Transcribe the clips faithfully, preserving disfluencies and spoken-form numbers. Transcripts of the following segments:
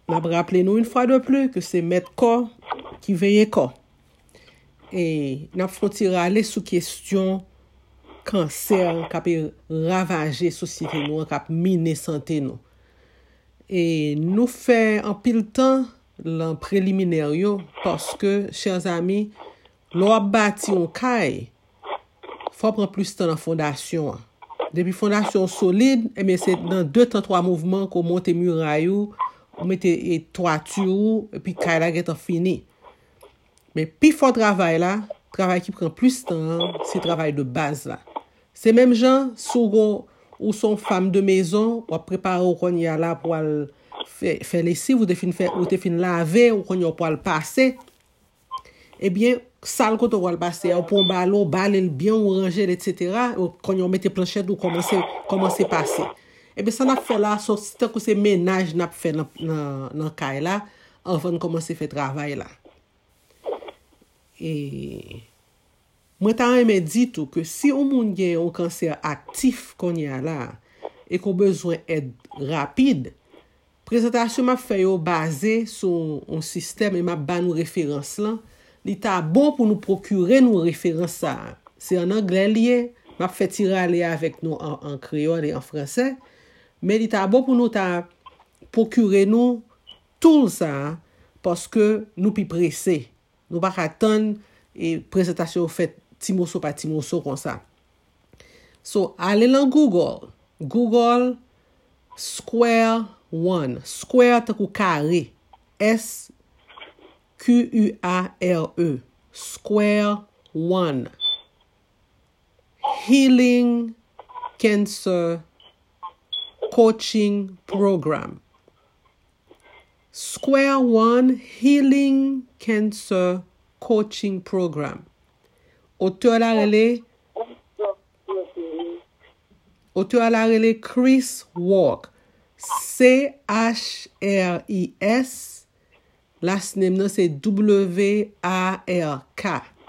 m'a rappelé nous une fois de plus que c'est mettre corps qui veille corps. Et n'a faut tirer aller sous question cancer qui peut ravager société nous, qui a miner santé nous. Et nous fait en pile temps l'en préliminaire yo parce que chers amis, l'on bâti un caille, faut prendre plus de temps dans fondation. Depuis fondation solide, et bien c'est dans deux temps trois mouvements qu'on monte muraille ou mettez toiture et puis caille la est fini. Mais puis faut travail là, travail qui prend plus de temps, c'est travail de base là. C'est même gens sous ou sont femmes de maison, ou préparer au qu'on y a là pour faire faire lessive ou te fin faire ou te fin laver ou qu'on y a pour le passer. Eh bien, sale quand on va le passer, on prend ballon, balle bien ou ranger et cetera. Quand on mette planchette ou commencer commencer passer. Eh bien, ça n'a fait là, c'est que c'est ménage n'a fait dans dans dans caille là avant de commencer faire travail là. Et moi t'ai aimé dit tout que si on monde a un cancer actif qu'on y a là et qu'on besoin d'aide rapide, présentation m'a fait yo basé sur un système et m'a ba nous référence là, l'état bon pour nous procurer nos références ça. C'est en anglais lié, m'a fait tirer aller avec nous en, en créole et en français, mais l'état bon pour nous ta procurer nous tout ça parce que nous pi pressé. Nous pas attendre et présentation fait petit morceau par petit morceau comme ça. So, allez dans Google. Google Square One. Square c'est un carré. S Q U A R E. Square One. Healing Cancer Coaching Program. Square One Healing Cancer Coaching Program. Auteur la relé Auteur la relé Chris Walk. C H R I S. Last name non c'est W A R K.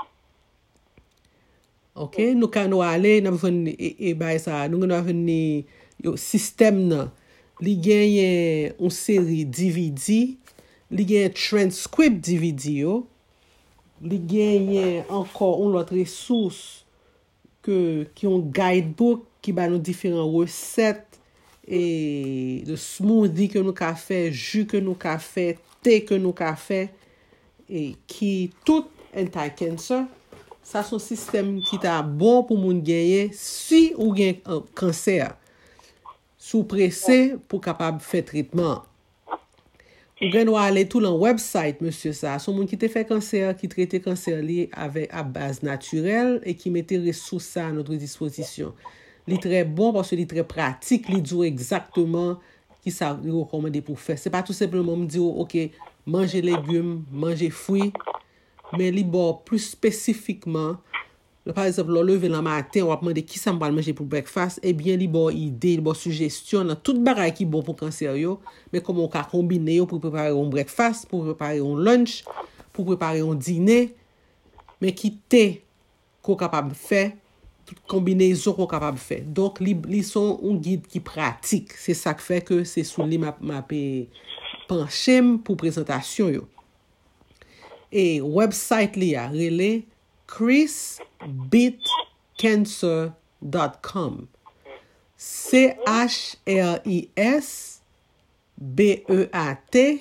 OK, nous kan nous aller n'a venir et ba ça nous n'a venir yo système nan. Li genye une série D V D, li genye transcript D V D yo, li genye encore une autre ressource que qui un guidebook qui ba nous différentes recettes et de smoothie que nous ka fait, jus que nous ka fait, thé que nous ka fait et qui tout anti-cancer. Ça son système qui ta bon pour moun gagner si ou gen un cancer. Sous pressé pour capable faire traitement. Ou gen ou aller tout dans website monsieur ça, son monde qui te fait cancer, qui traite cancer li avec à base naturelle et qui mettait ressources à notre disposition. Li très bon parce que li très pratique, li dit exactement qui ça recommandé pour faire. C'est pas tout simplement me dire OK, manger légumes, manger fruits, mais li bon plus spécifiquement. Par exemple, le lever le matin, on va demander qui ça va manger pour breakfast, et bien li bon idée, li bon suggestion dans toute bagaille qui bon pour cancer yo, mais comment on peut combiner pour préparer un breakfast, pour préparer un lunch, pour préparer un dîner, mais qui t'est qu'on capable faire, toute combinaison qu'on capable faire. Donc li, li sont un guide qui pratique. C'est ça qui fait que c'est sous li m'a m'a penché pour présentation yo. Et website li a relé chris beat cancer dot com. C H R I S B E A T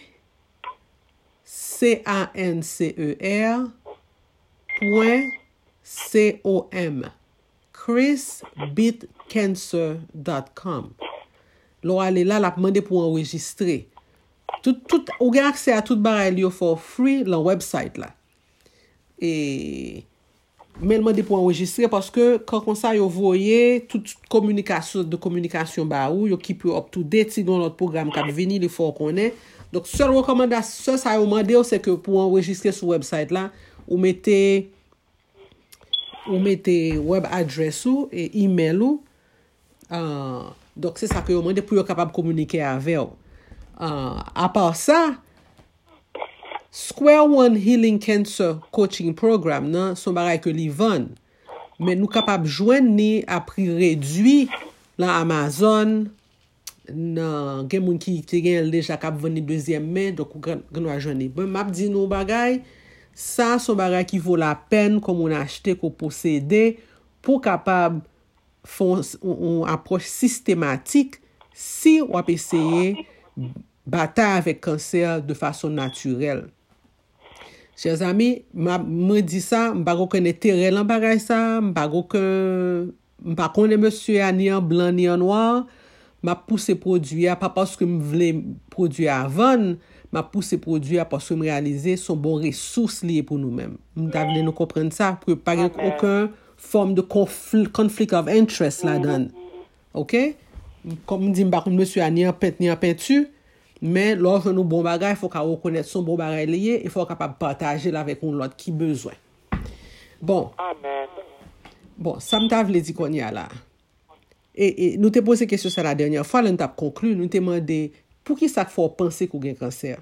C A N C E R point C O M. chris beat cancer dot com. L'on aller là, la demande pour enregistrer. Tout tout ou gain accès à toute bagaille yo for free dans website là. Et mais demande pour enregistrer parce que quand comme ça yo voyez toute communication de communication ba ou yo keep you up to date si dans notre programme qui venir il faut qu'on ait. Donc seule recommandation ça yo demander c'est que pour enregistrer sur website là ou mettez ou mettez web address ou et email ou euh, donc c'est ça que yo demander pour être capable de communiquer avec ou. Uh, à part ça, Square One Healing Cancer Coaching Program, nan, son bagay que li vend. Mais nous capable joindre ni à prix réduit dans Amazon, nan gen moun ki te gen déjà k'ap vendre deuxième main, donc ou gen gen journée. Bon, m'a dit nou bagay, ça son bagay qui vaut la peine comme on acheter qu'on posséder pour capable font une approche systématique si on peut essayer bataille avec cancer de façon naturelle. Chers amis, m'a me dit ça, m'pa connait terrain lan bagay ça, m'pa aucun m'pa connait monsieur ni en blanc ni en noir, m'a poussé produit pas parce que me voulais produit à vendre, m'a poussé produit parce que me réaliser son bon ressource lié pour nous-mêmes. M'ta vle nous comprendre ça pour pas aucun forme de conflit, conflict of interest là-dedans. OK? Comme dit m'pa monsieur a ni en peinture ni en peinture, mais lorsque nous bon bagay, il faut qu'on reconnaisse son bon bagay lié, il faut capable partager avec un l'autre qui besoin. Bon. Amen. Bon, ça m'ta vle dit qu'on y a là. Et, et nous te posé question ça la dernière fois, nous t'a conclu, nous te demandé pour qui ça faut penser qu'on a un cancer.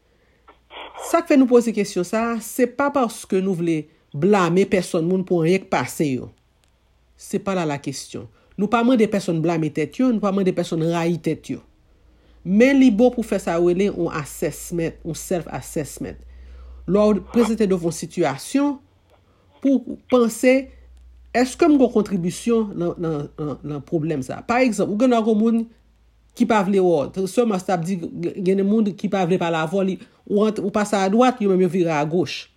Ça fait nous poser question ça, c'est pas parce que nous voulons blâmer personne moun pour rien que passer yo. C'est pas là la question. Nous pas demander personne blâmer tête yo, nous pas demander personne railler tête yo. Mais li bon pour faire ça relé un assessment, un self assessment. Lors présenter devant situation pour penser est-ce que mon contribution dans dans dans problème ça. Par exemple, ou gen un monde qui pas vle ou, seulement ça dit gen monde qui pas vle par la voie ou ou passe à droite, yo même virer à gauche.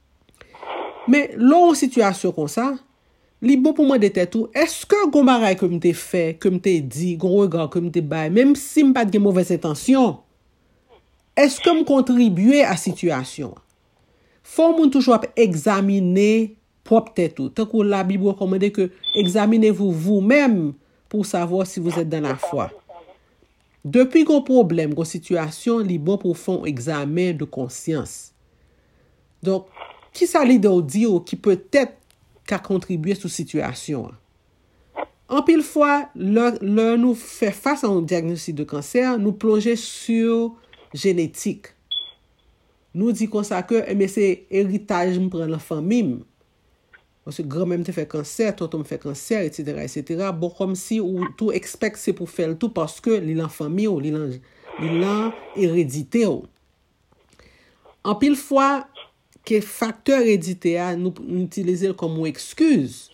Mais l'on situation comme ça, li bon pour moi de tête tout, est-ce que gon bagay que m'te fait, que m'te dit, gon regard que m'te bay, même si m'pas de mauvaise intention, est-ce que me contribuer à situation? Faut moun toujours examiner propre tête tout. Tant que la Bible recommande que examinez-vous vous-même pour savoir si vous êtes dans la foi. Depuis qu'on problème, qu'on situation, li bon pour faire un examen de conscience. Donc, qui ça li do di ou qui peut-être qu'a contribué sur situation? En pile fois, le, le nous fait face à un diagnostic de cancer, nous plonger sur génétique. Nous dit comme ça que mais c'est héritage me prend la famille. Parce que grand même te fait cancer, tonton me fait cancer, et cetera, et cetera. Bon, comme si ou tout expect c'est pour faire le tout parce que l'il en famille ou l'il en, l'il en hérédité ou. En pile fois, que facteur héréditaire nous, nous utiliser comme une excuse.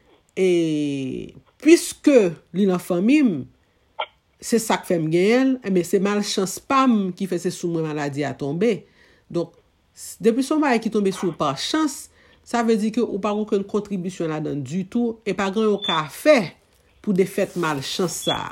Et puisque l'il en famille, c'est ça que fait me gagner, mais c'est malchance pas qui fait ces sous maladie à tomber. Donc, depuis son mari qui tombe sous par chance, ça veut dire que ou pas aucune contribution là-dedans du tout et pas grand aucun fait pour des faits malchance ça.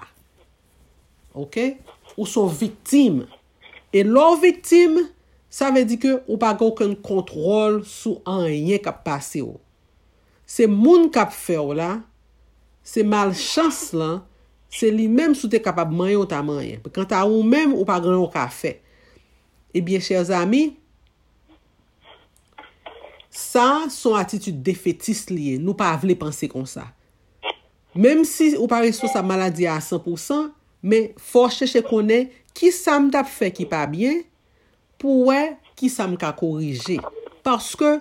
OK? Ou sont victimes. Et leur victime, ça veut dire que ou pas aucun contrôle sur rien qui a passé. C'est moun qui a fait là, c'est malchance là, c'est lui-même sous t'es capable manger ou ta manger. Quand t'as ou même ou pas grand aucun fait. Eh bien, chers amis, ça, son attitude défaitiste liée. Nous pas voulons penser comme ça. Même si ou pas reçoit sa maladie à cent pour cent, mais faut chercher connaître qui ça m'a fait qui pas bien pour ouais, qui ça m'a corriger. Parce que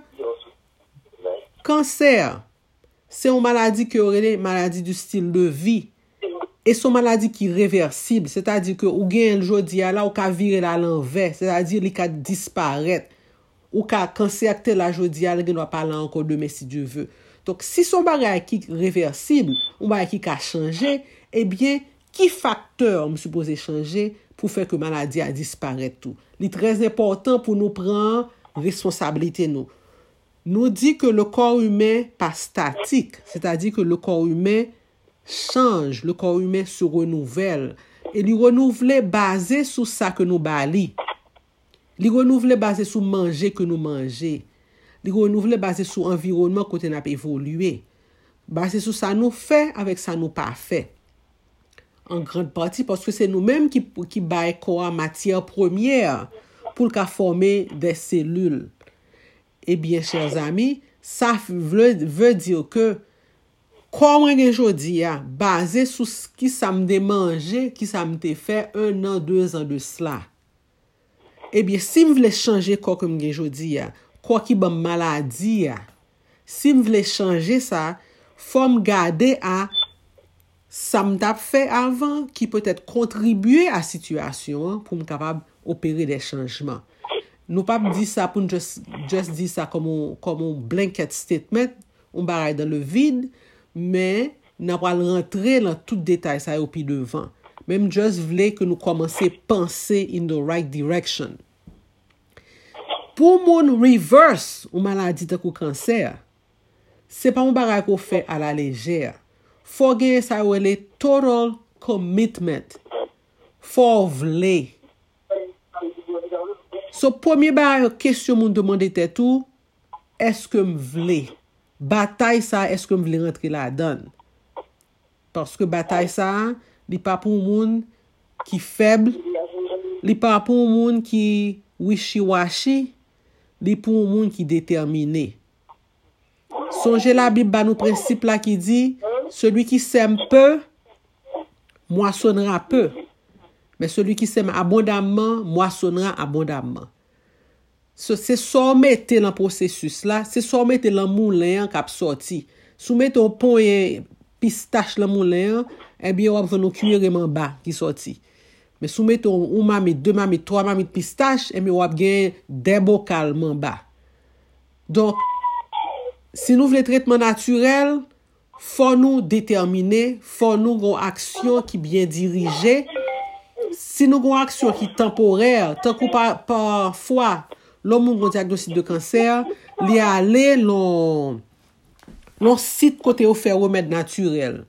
cancer, c'est une maladie qui aurait une maladie du style de vie. Et son maladie qui est réversible, c'est-à-dire que ou gen jodi là ou ka virer la l'envers, c'est-à-dire li ka disparaître. Ou ka cancer te la jodi a, gen doit parler encore demain si Dieu veut. Donc si son bagay qui réversible, ou bagay qui ka changer, eh bien, qui facteur me supposé changer pour faire que maladie a disparaître tout. Li très important pour nous prendre responsabilité nous. Nous dit que le corps humain pas statique, c'est-à-dire que le corps humain change, le corps humain se renouvelle et il renouvelle basé sur ça que nous bali. Il renouvelle basé sur manger que nous manger. Il renouvelle basé sur environnement côté n'a pas évolué. Basé sur ça nous fait avec ça nous pas fait. En grande partie parce que c'est nous-mêmes qui qui bail corps matière première pour qu'a former des cellules. Eh bien chers amis, ça veut, veut dire que comme on jodi a basé sur ce qui ça me manger, qui ça me fait un an, deux ans de cela. Eh bien, si me voulais changer quoi comme jodi a, quoi qui ban maladie a, si me voulais changer ça, faut me garder à ça m't'a fait avant qui peut-être contribuer à la situation pour me capable opérer des changements. Nous pas dire ça pour juste juste dire ça comme un comme un blanket statement, on barre dans le vide, mais n'a pas rentrer dans tout détail ça au pied devant. Même juste voulait que nous commencer penser in the right direction. Pour mon reverse ou maladie de cancer, c'est pas un bagage qu'on fait à la légère. Faut gagner ça ou le total commitment. Faut vle. So premier bagage question moun demander tête tout, est-ce que me vle? Bataille ça, est-ce que me vle rentrer là-dedans? Parce que bataille ça, li pas pour moun qui faible, li pas pour moun qui wishy-washy, li pour moun qui déterminé. Songez la Bible ba nous principe là qui dit celui qui sème peu moissonnera peu. Mais celui qui sème abondamment moissonnera abondamment. So, c'est ça mettez dans processus là, c'est ça mettez dans moulin qui a sorti. Sou mettez un point pistache dans moulin, eh bien on va nous cuire en bas qui sorti. Mais sou mettez un mamie, deux mamie, trois mamie de pistache, eh bien on va gagner des bocal en bas. Donc si nous voulons traitement naturel, faut nous déterminer, faut nous une action qui bien dirigée. Si nous avons une action qui est temporaire, tant que par, parfois, l'homme a un diagnostic de cancer, il y a allé dans le site côté où fait remède naturel.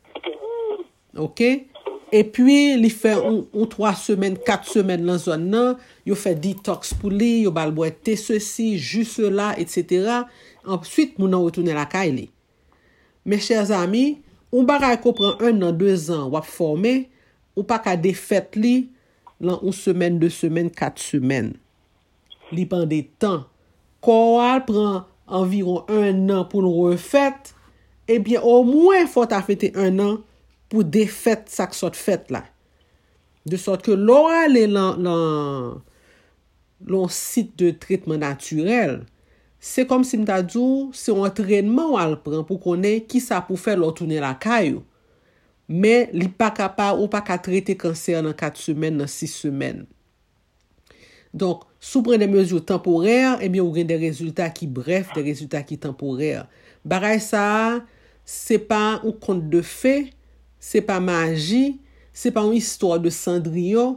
OK? Et puis, il fait un, un, trois semaines, quatre semaines dans la zone là, il fait detox pour lui, il va boire thé ceci, jus cela, et cetera. Ensuite, nous avons retourné la caille. Mes chers amis, on va prendre un an, deux ans, on va former, ou pas qu'à défaire li dans une semaine, deux semaines, quatre semaines. Li prend des temps. Quand on prend environ un an pour le refaire, eh bien, au moins, il faut fêter un an pour défaire ça que soit fait là. De sorte que l'on est dans le site de traitement naturel. C'est comme si m'ta dit, c'est un entraînement à le prendre pour connaître qui ça pour faire leur tourner la caillou. Mais li pas capable ou pas qu'à traiter cancer dans quatre semaines, dans six semaines. Donc, sous prendre des mesures temporaires, eh bien, vous avez des résultats qui bref, des résultats qui temporaires. Baray ça, c'est pas un conte de fées, c'est pas magie, c'est pas une histoire de Cendrillon,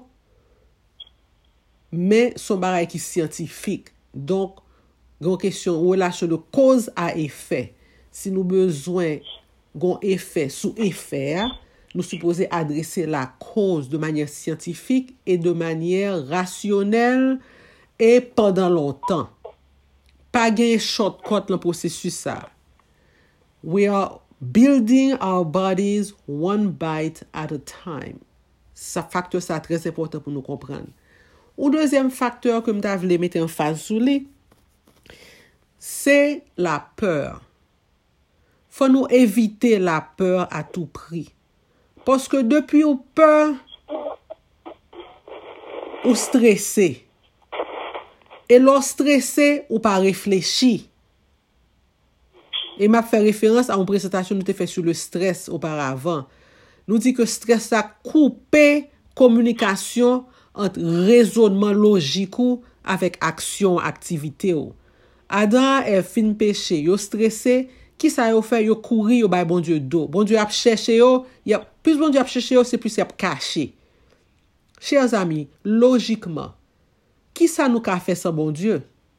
mais son baray qui est scientifique. Donc, une question relation de cause à effet. Si nous besoin d'un effet sous effet, nous supposons adresser la cause de manière scientifique et de manière rationnelle et pendant longtemps. Pas de shortcut dans le processus ça. We are building our bodies one bite at a time. Ça facteur ça très important pour nous comprendre. Un deuxième facteur que je voulais mettre en phase sur lui, c'est la peur. Faut nous éviter la peur à tout prix. Parce que depuis ou peur, ou stressé. Et l'on stressé ou pas réfléchi. Et m'a fait référence à une présentation que nous avons fait sur le stress auparavant. Nous dit que stress a coupé communication entre raisonnement logique avec action, activité. Adam est fin péché, yo stressé, qui ça yo fait, yo courir, yo bay bon Dieu do. Bon Dieu a cherché yo, y a plus bon Dieu a cherché yo, c'est plus y a caché. Chers amis, logiquement, qui ça nous ka fait sans bon Dieu?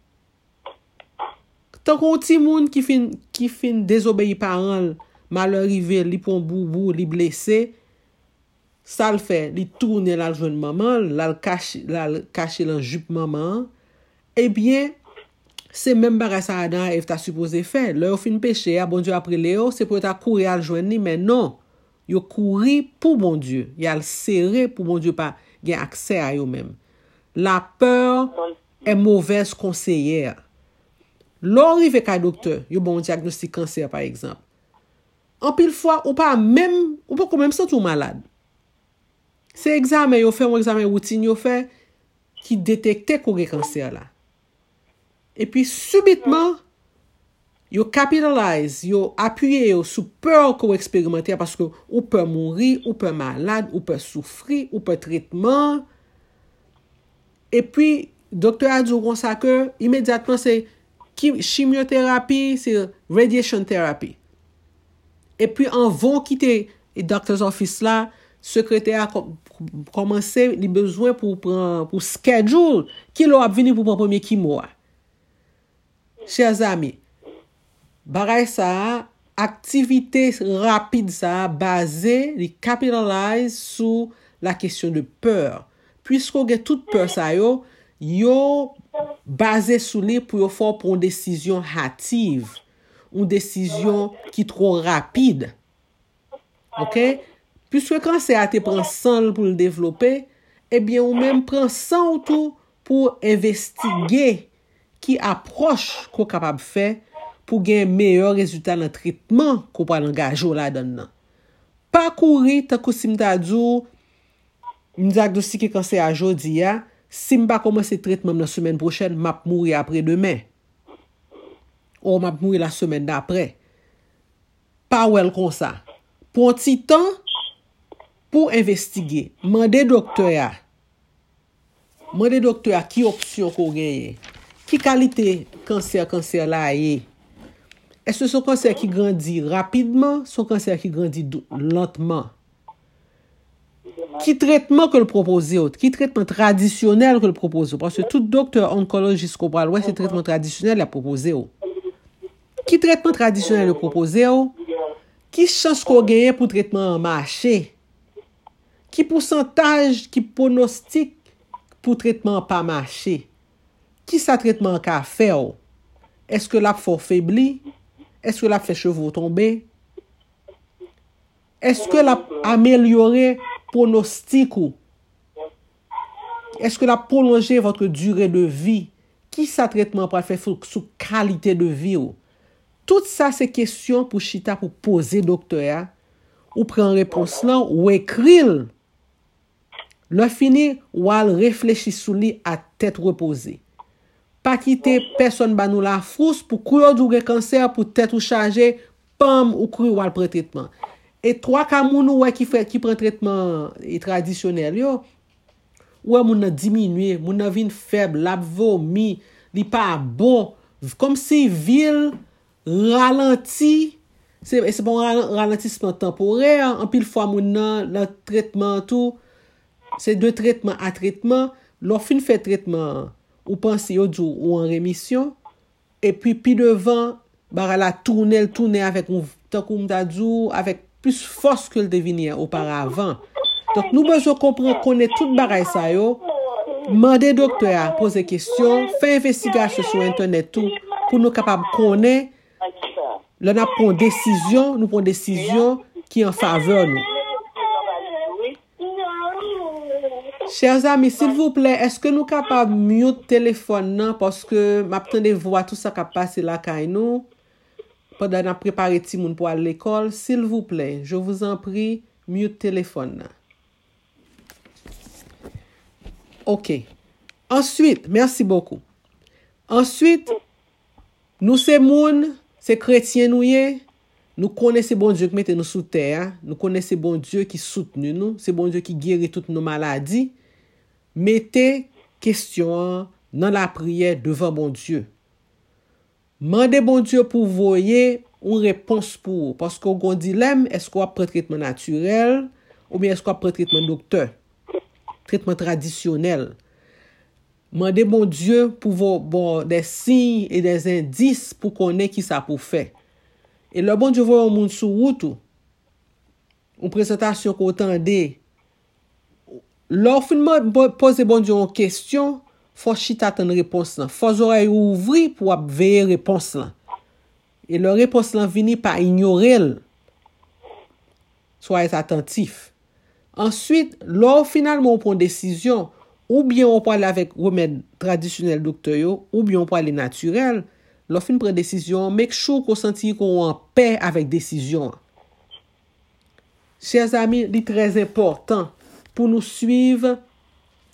Tant qu'on ti moun qui fin qui fin désobéir parents, malheur arrivé, li pon boubou, li blessé, ça le fait, li tourne la joindre maman, la cache la cacher dans jupe maman, eh bien c'est même bagay ça Adam et t'a supposé faire. Leur fin péché, bon Dieu après Léo, c'est pour ta courir à joindre ni mais non. Yo courir pour bon Dieu, y a le serré pour bon Dieu pas gen accès à eux même. La peur est mauvaise conseillère. L'orive ka docteur, yo bon diagnostic cancer par exemple. En pile fois ou pas même ou pas quand même sentir malade. C'est examen yo fait un examen routine yo fait qui détectait qu'on a cancer là. Et puis subitement yo capitalize, yo appuyer yo sous peur qu'on expérimente parce que ou peut mourir, ou peut malade, ou peut souffrir, ou peut traitement. Et puis, docteur a dit comme ça que immédiatement c'est chimiothérapie, c'est radiation therapy. Et puis, en vont quitter le doctor's office là, secrétaire a commencé, les besoins pour prendre, pour schedule, qui l'a venu pour prendre premier chimo. Chers amis, bagay ça, activité rapide ça, basée, les capitalise sur la question de peur. Puisqu'on a toute peur ça yo, yo basé sur les pour yo faire pour une décision hâtive, une décision qui est trop rapide. OK? Puisque quand c'est à te prendre cent pour le développer, eh bien, on même prend cent autour pour investiguer qui approche qu'on est capable de faire pour gagner un meilleur résultat dans le traitement qu'on peut engager là-dedans. Pas courir, tant que si m'ta dit, me diagnostiquer cancer à jodi ya, si m'pa commencer traitement la semaine prochaine, m'a mourir après demain. Ou m'a mourir la semaine d'après. Pas well comme ça. Pour un petit temps, pour investiguer, mandez docteur, mandez docteur qui option qu'on gagne, qui qualité cancer cancer là est. Est-ce que son cancer qui grandit rapidement, son cancer qui grandit lentement? Qui traitement que le propose, qui traitement traditionnel que le propose, parce que tout docteur oncologiste qu'on parle, ouais, c'est traitement traditionnel à proposer. Qui traitement traditionnel le proposer? Qui chance qu'on gagne pour traitement marché? Qui pourcentage qui pronostic pour traitement pas marché? Qui ça traitement qu'a fait? Est-ce que la fort faibli? Est-ce que la fait chevaux tomber? Est-ce que la amélioré pronostic? Est-ce que la prolongé votre durée de vie? Qui ça traitement pour faire sous qualité de vie? Tout ça c'est question pour chita pour poser docteur ou prendre réponse là ou écrire. Le fini ou al réfléchir sur lui à tête reposée. Pas quitter personne ba nous la frousse pour courir du cancer pour tête ou chargé pam ou courir ou al prendre traitement. Et trois cas moun ouais qui fait qui prend traitement et traditionnel yo ouais moun nan diminuer, moun nan vin faible, la vomi, li pas bon, comme si ville ralenti, c'est c'est bon ralentissement temporaire, en pile fois moun nan le traitement tout, c'est de traitement à traitement, l'on fin fait traitement ou pense yo dou ou en rémission et puis puis devant ba la tourner tourner avec un tant comme d'adou avec plus force que le devenir auparavant. Donc nous besoin comprendre connaître toute bagaille ça yo, demander docteur poser question, faire investigation sur internet tout pour nous capable connaître là n'a prend décision, nous prend décision qui en faveur nous. Chers amis, s'il vous plaît, est-ce que nous capables mute téléphone non parce que m'attendez voir tout ça qui passe là kay nous pendant n'a préparer ti moun pour aller à l'école, s'il vous plaît, je vous en prie, mute téléphone. OK. Ensuite, merci beaucoup. Ensuite, nous c'est moun, c'est chrétien nous yé, nous connaissons bon Dieu qui mette nous sous terre, nous connaissons bon Dieu qui soutenu nous, c'est bon Dieu qui guérit toutes nos maladies. Mettez question dans la prière devant bon Dieu. Mandez bon Dieu pour voyer une réponse pour parce qu'on a un dilemme, est-ce qu'on prend traitement naturel ou bien est-ce qu'on prend traitement docteur, traitement traditionnel. Mandez bon Dieu pour voir bon, des signes et des indices pour connaître qui ça pour faire. Et le bon Dieu voit un monde sur route, une présentation qu'on entendait. Lorsque vous posez bon Dieu une question, faut chita attendre réponse là. Faut oreilles ouvrir pour veiller réponse là. Et la réponse là vini pas ignorer. Soyez attentifs. Ensuite, lors finalement on prend décision, ou bien on parle avec remède traditionnel docteur yo, ou bien on parle naturel. Lors fin prend décision, make sure qu'on senti qu'on en paix avec décision. Chers amis, c'est très important pour nous suivre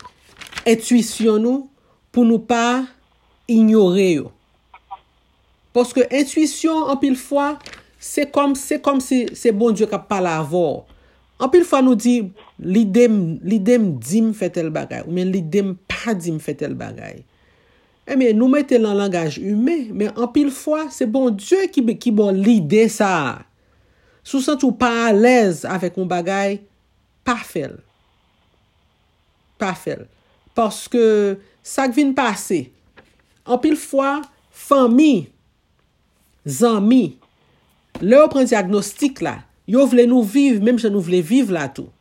intuition nous pour nous pas ignorer yo. Parce que intuition, en pile fois, c'est comme, c'est comme si c'est bon Dieu qui parle avant. En pile fois, nous dit, l'idée, l'idée me dit me fait tel bagay, ou bien l'idée me pas dit me fait tel bagay. Eh bien, nous mettons dans le langage humain, mais en pile fois, c'est bon Dieu qui, qui bon l'idée ça. Sous sens ou pas à l'aise avec un bagay, pas fait. Pas fait. Parce que ça vient passer. En pile fois, famille, amis, là, on prend diagnostic là. Yo vle nous vivre, même si nous voulons vivre là tout.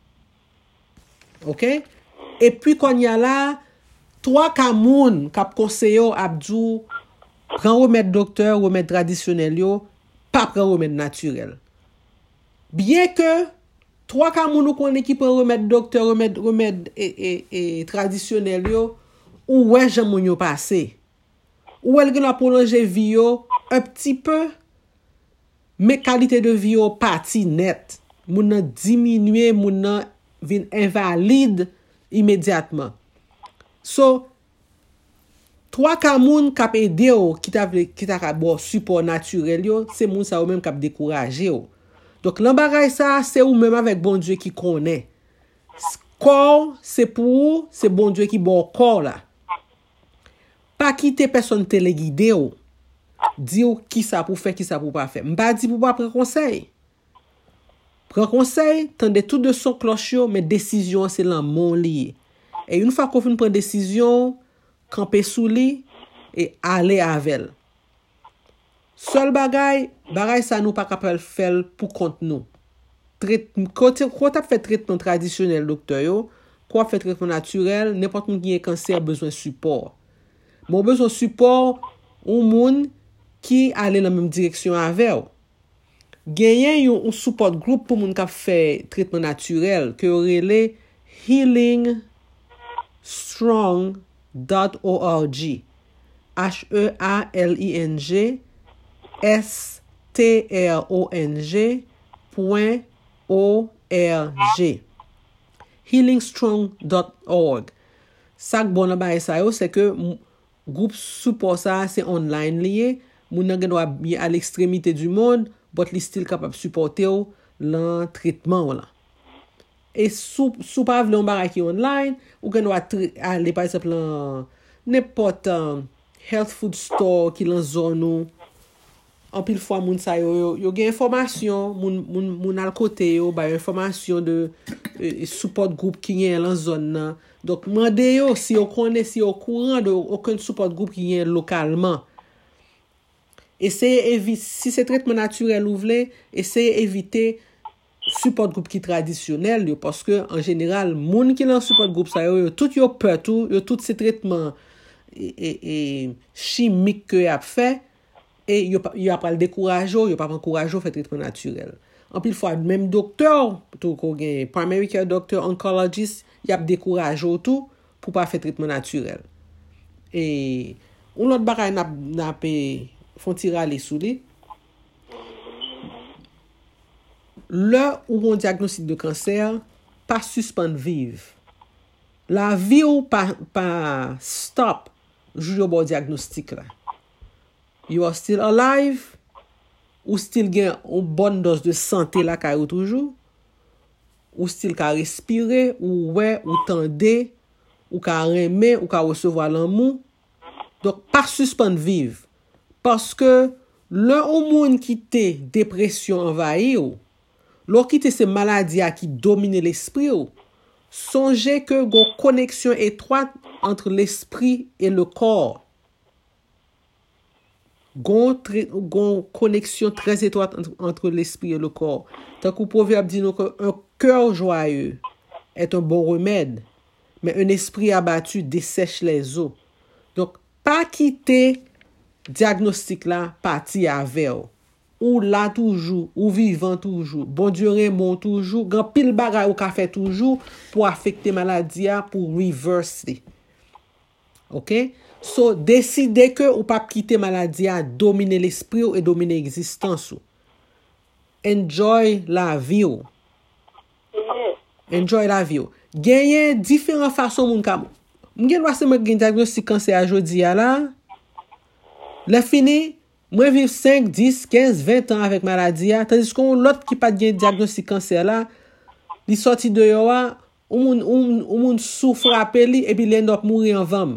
OK? Et puis, quand il y a là, trois kamoun kap conseyo abdou, prend remède docteur, remède traditionnel yo, pas prend remède naturel. Bien que, trois kamoun ou konnen qui prend remède docteur, remède, remède et, et, et traditionnel yo, ou ouais, j'en moun yo passé. Ou elle gen a prolonger vie yo un petit peu, mais qualité de vie yo parti net. Moun nan diminuer, moun nan vin invalide immédiatement. So, trois kamoun kap ede yo, qui t'a qui t'a ka bon support naturel yo, c'est moun sa ou même kap décourager yo. Donc l'embarras ça, c'est ou même avec bon Dieu qui connaît. Corps, c'est pour, c'est bon Dieu qui bon corps là. Pas quitter personne téléguidé ou. Di ou qui ça pour faire, qui ça pour pas faire. M'pa di pour pas prendre conseil. Prends conseil, tendez tout de son cloche yo, mais décision c'est l'amour lié. Et une fois qu'on fin prendre décision, camper sous li et aller avec elle. Seul bagay, bagay ça nous pas capable faire pour compte nous. Quand tu fait traitement traditionnel docteur yo, quoi fait traitement naturel, n'importe qui a cancer besoin de support. Mon besoin de support ou moun qui aller dans la même direction avec ou. Gagner un support group pour moun qui fait traitement naturel que relé healing strong dot org. H E A L I N G S T R O N G point O R G. healing strong dot org. Ça bon là ba ça c'est que groupe support ça c'est online lié, moun nan gen doit à l'extrémité du monde, but li still capable supporter l'en traitement là. Et sous sous pas vle on bagay ki online, ou gen doit aller par exemple dans n'importe um, health food store qui dans zone ou en pile fois moun sa yo yo, yo gen information, moun moun moun al côté yo ba information de euh, support group qui gen dans zone nan. Donc mande yo si yo connaît si au courant de aucun support group qui gen localement. Essayez éviter si c'est traitement naturel ou vle, essayez éviter support group qui traditionnel yo, parce que en général moun qui dans support group ça yo, yo tout yo peur tout, yo tout ces traitements et, et, et chimiques que y a fait et yo yo pas le décourager, yo pas encourager faire traitement naturel. En pile fois même docteur tout ko gen primary care doctor oncologist y a décourager tout pour pas faire traitement naturel. Et on l'autre bagay n'a n'a font tirer aller sous lui. Le ou on diagnostic de cancer, pas suspendre vivre. La vie ou pas pas stop jou bon diagnostic là. You are still alive, ou still gen une bonne dose de santé là ka ou toujours, ou still ka respirer, ou ouais, ou tendre, ou ka remer, ou ka recevoir l'amour. Donc pas suspendre vivre. Parce que le ou moun qui te dépression envahi ou, lor qui te ces maladies qui dominent l'esprit ou, songez que gon connexion étroite entre l'esprit et le corps. Gon, gon connexion très étroite entre, entre l'esprit et le corps. Tant que le proverbe dit nous qu'un cœur joyeux est un bon remède, mais un esprit abattu dessèche les eaux. Donc, pas quitter diagnostic là parti avec ou là toujours ou vivant toujours bon Dieu remont toujours grand pile bagay ou ka fait toujours pour affecter maladie pour reverser. OK, so décider que ou pas quitter maladie à dominer l'esprit et dominer existence. Enjoy la vie. Enjoy la vie. Gagner différentes façons moun ka m'gen doit se me gen diagnostic cancer aujourd'hui là. Le fini, Moi vivre cinq, dix, quinze, vingt ans avec maladie tandis qu'on l'autre qui pas de diagnostic cancer là, il sorti de yo a, ou moun ou moun souffre appeli et puis il end up mourir en vam.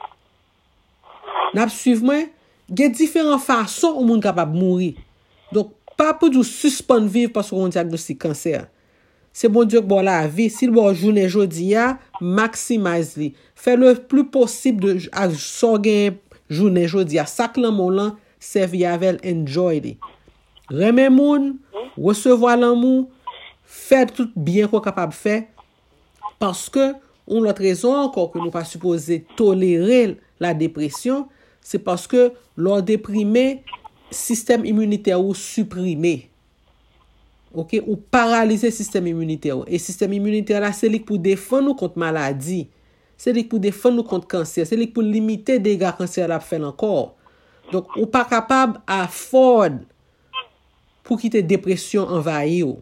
N'a suivre moi, il y a différentes façons où moun capable mourir. Donc pas pour du suspendre vivre parce qu'on diagnostic cancer. C'est bon Dieu que bon la vie, s'il bon journée jodi a, maximize li. Fais le plus possible de à sorgen journée jodi a. Sak lan mon lan, servi avec enjoy li. Remè moun, recevoir l'amour, faire tout bien qu'on capable faire parce que on l'autre raison encore que nous pas supposé tolérer la dépression, c'est parce que l'on déprimé, système immunitaire ou supprimé. OK, ou paralyser système immunitaire. Et système immunitaire là, c'est lui pour défendre nous contre maladie. C'est lui pour défendre nous contre cancer, c'est lui pour limiter dégâts cancer là fait encore. Donc ou pas capable à afford pour quitter dépression envahir.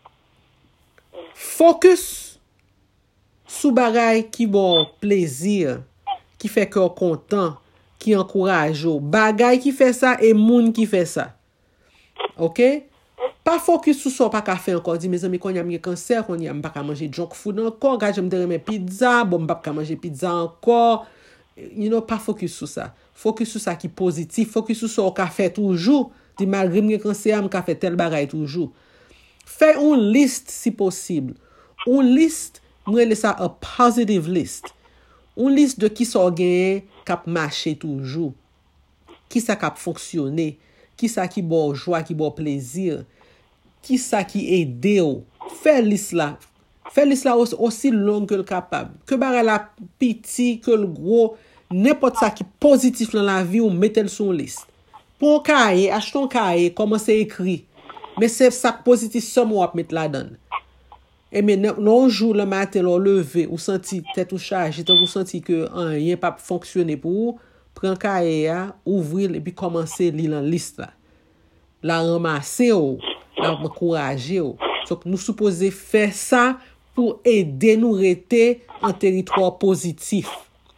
Focus sous bagay qui bon plaisir, qui fait cœur content, qui encourage. Bagay qui fait ça et moun qui fait ça. OK? Pas focus sur ça, pas qu'à faire encore. Dis mes amis, quand y a un cancer, quand y a pas qu'à manger junk food encore, quand j'aime dire mes pizza, bon, pas qu'à manger pizza encore. You know, pas focus sur ça. Focus sur ça qui est positif. Focus sur ça qu'on fait toujours. Dis malgré le cancer, on fait tel bagay toujours. Fais une liste si possible. Une liste, moi, c'est ça, a positive list. Une liste de qui sont gagnés, cap marcher toujours. Qui ça cap fonctionner. Qui ça qui bon joie, qui bon plaisir. Qui ça qui aide ou. Fais liste là. Fais liste là aussi, aussi longue que le capable. Que barre la petit, que le gros, n'importe ça qui est positif dans la vie ou mettez-le sur une liste. Pour un cahier, achetez un cahier, commencez à écrire. Mais c'est ça positif seulement à mettre là-dedans. Et mais non jour le matin, l'on lever, ou senti tête ou charge, ou senti que rien pas fonctionner pour vous, prends un cahier, ouvrir et puis commencer à lire la liste là. La ramasser ou la encourager ou. Donc nous supposons faire ça pour aider nous rester en territoire positif.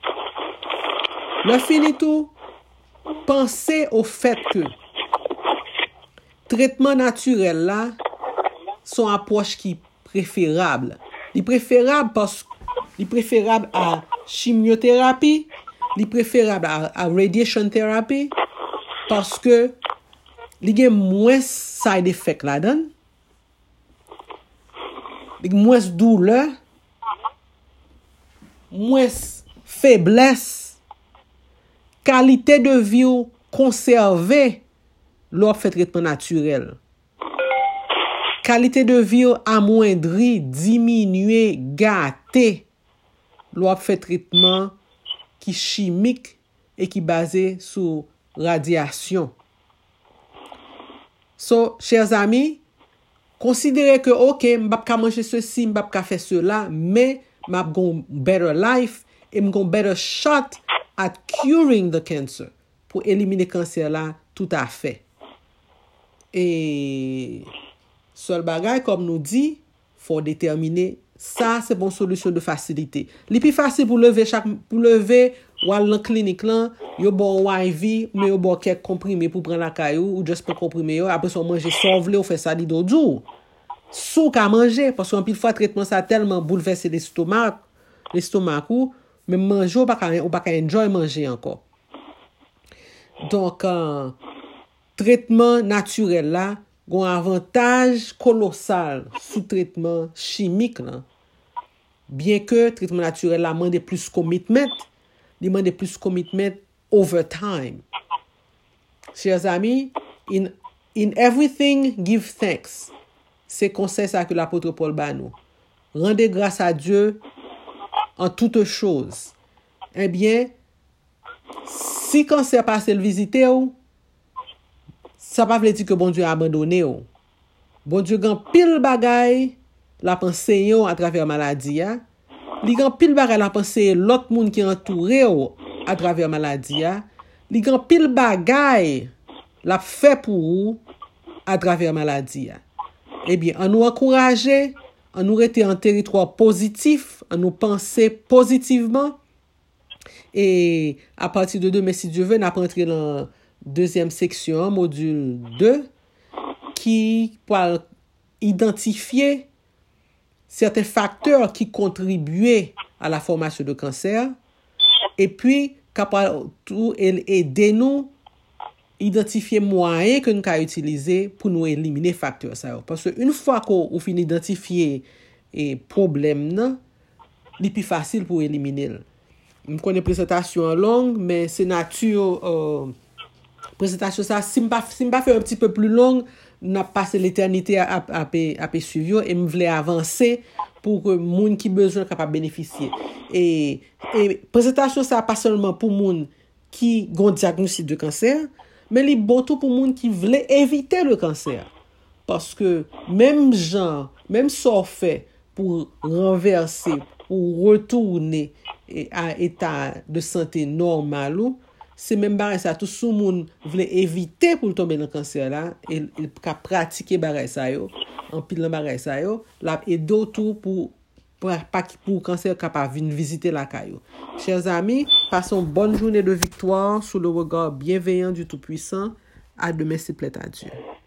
Le fini tout, pensez au fait que traitement naturel là son approche qui préférable. Il préférable parce il préférable à chimiothérapie, il préférable à, à radiation therapy parce que il y a moins side effect là-dedans. Il y a moins douleur, moins faiblesse, qualité de vie conservée lors fait traitement naturel. Qualité de vie amoindrie, diminuée, gâtée lors fait traitement qui chimique et qui basé sur radiation. So, chers amis, considérez que OK, m'pa ka manger ceci, m'pa ka faire cela, mais m'a gon better life et m'gon better shot at curing the cancer pour éliminer le cancer là tout à fait. Et seul bagay comme nous dit, faut déterminer ça c'est bon solution de facilité. Le plus facile pour lever chaque pour lever ou aller dans clinique là, yo bon I V, mais yo bon quelques comprimés pour prendre la caillou ou juste pour comprimer yo, après son manger sauve ou faire ça di dodo. Sou ka manger parce qu'en pile fois traitement ça tellement bouleverser l'estomac, l'estomac ou même manger ou pas ou pas enjoy manger encore. Donc euh, traitement naturel là gon avantage colossal sous traitement chimique là. Bien que traitement naturel là demande plus commitment, demande plus commitment over time. Chers amis, in in everything give thanks. C'est conseil ça que l'apôtre Paul ba nous. Rendez grâce à Dieu en toutes choses. Eh bien, si cancer passe le visiter ou ça pas veut dire que bon Dieu a abandonné ou. Bon Dieu gan pile bagay la pensée à travers maladie a. Li gan pile bagay la pensée l'autre monde qui entouré ou à travers maladie a. Li gan pile bagay la fait pour ou à travers maladie a. Eh bien, on nous encourager, on nous rester en territoire positif, on nous penser positivement. Et à partir de demain, si Dieu veut, on va rentrer dans deuxième section, module deux, qui va identifier certains facteurs qui contribuaient à la formation de cancer et puis capable tout aider nous identifier moyens que nous pouvons utiliser pour nous éliminer facteurs ça. Parce que une fois qu'on finit d'identifier et problème là, c'est plus facile pour éliminer. Je connais présentation longue mais c'est nature euh, présentation ça si me pas si me pas faire un petit peu plus longue, n'a passé l'éternité à à à suivre et me voulais avancer pour que moun qui besoin capable bénéficier. Et et présentation ça pas seulement pour moun qui ont diagnostic de cancer, mais li bon tout pour moun qui veulent éviter le cancer. Parce que même gens, même ça fait pour renverser, pour retourner à état de santé normal, c'est même barre ça tout sous moun veut éviter pour tomber dans le cancer là et il ka pratiquer barre ça yo en pile barre ça yo la et d'autres pour pour pas pour cancer capable venir visiter la caillou. Chers amis, passons bonne journée de victoire sous le regard bienveillant du Tout-Puissant. À demain s'il plaît à Dieu.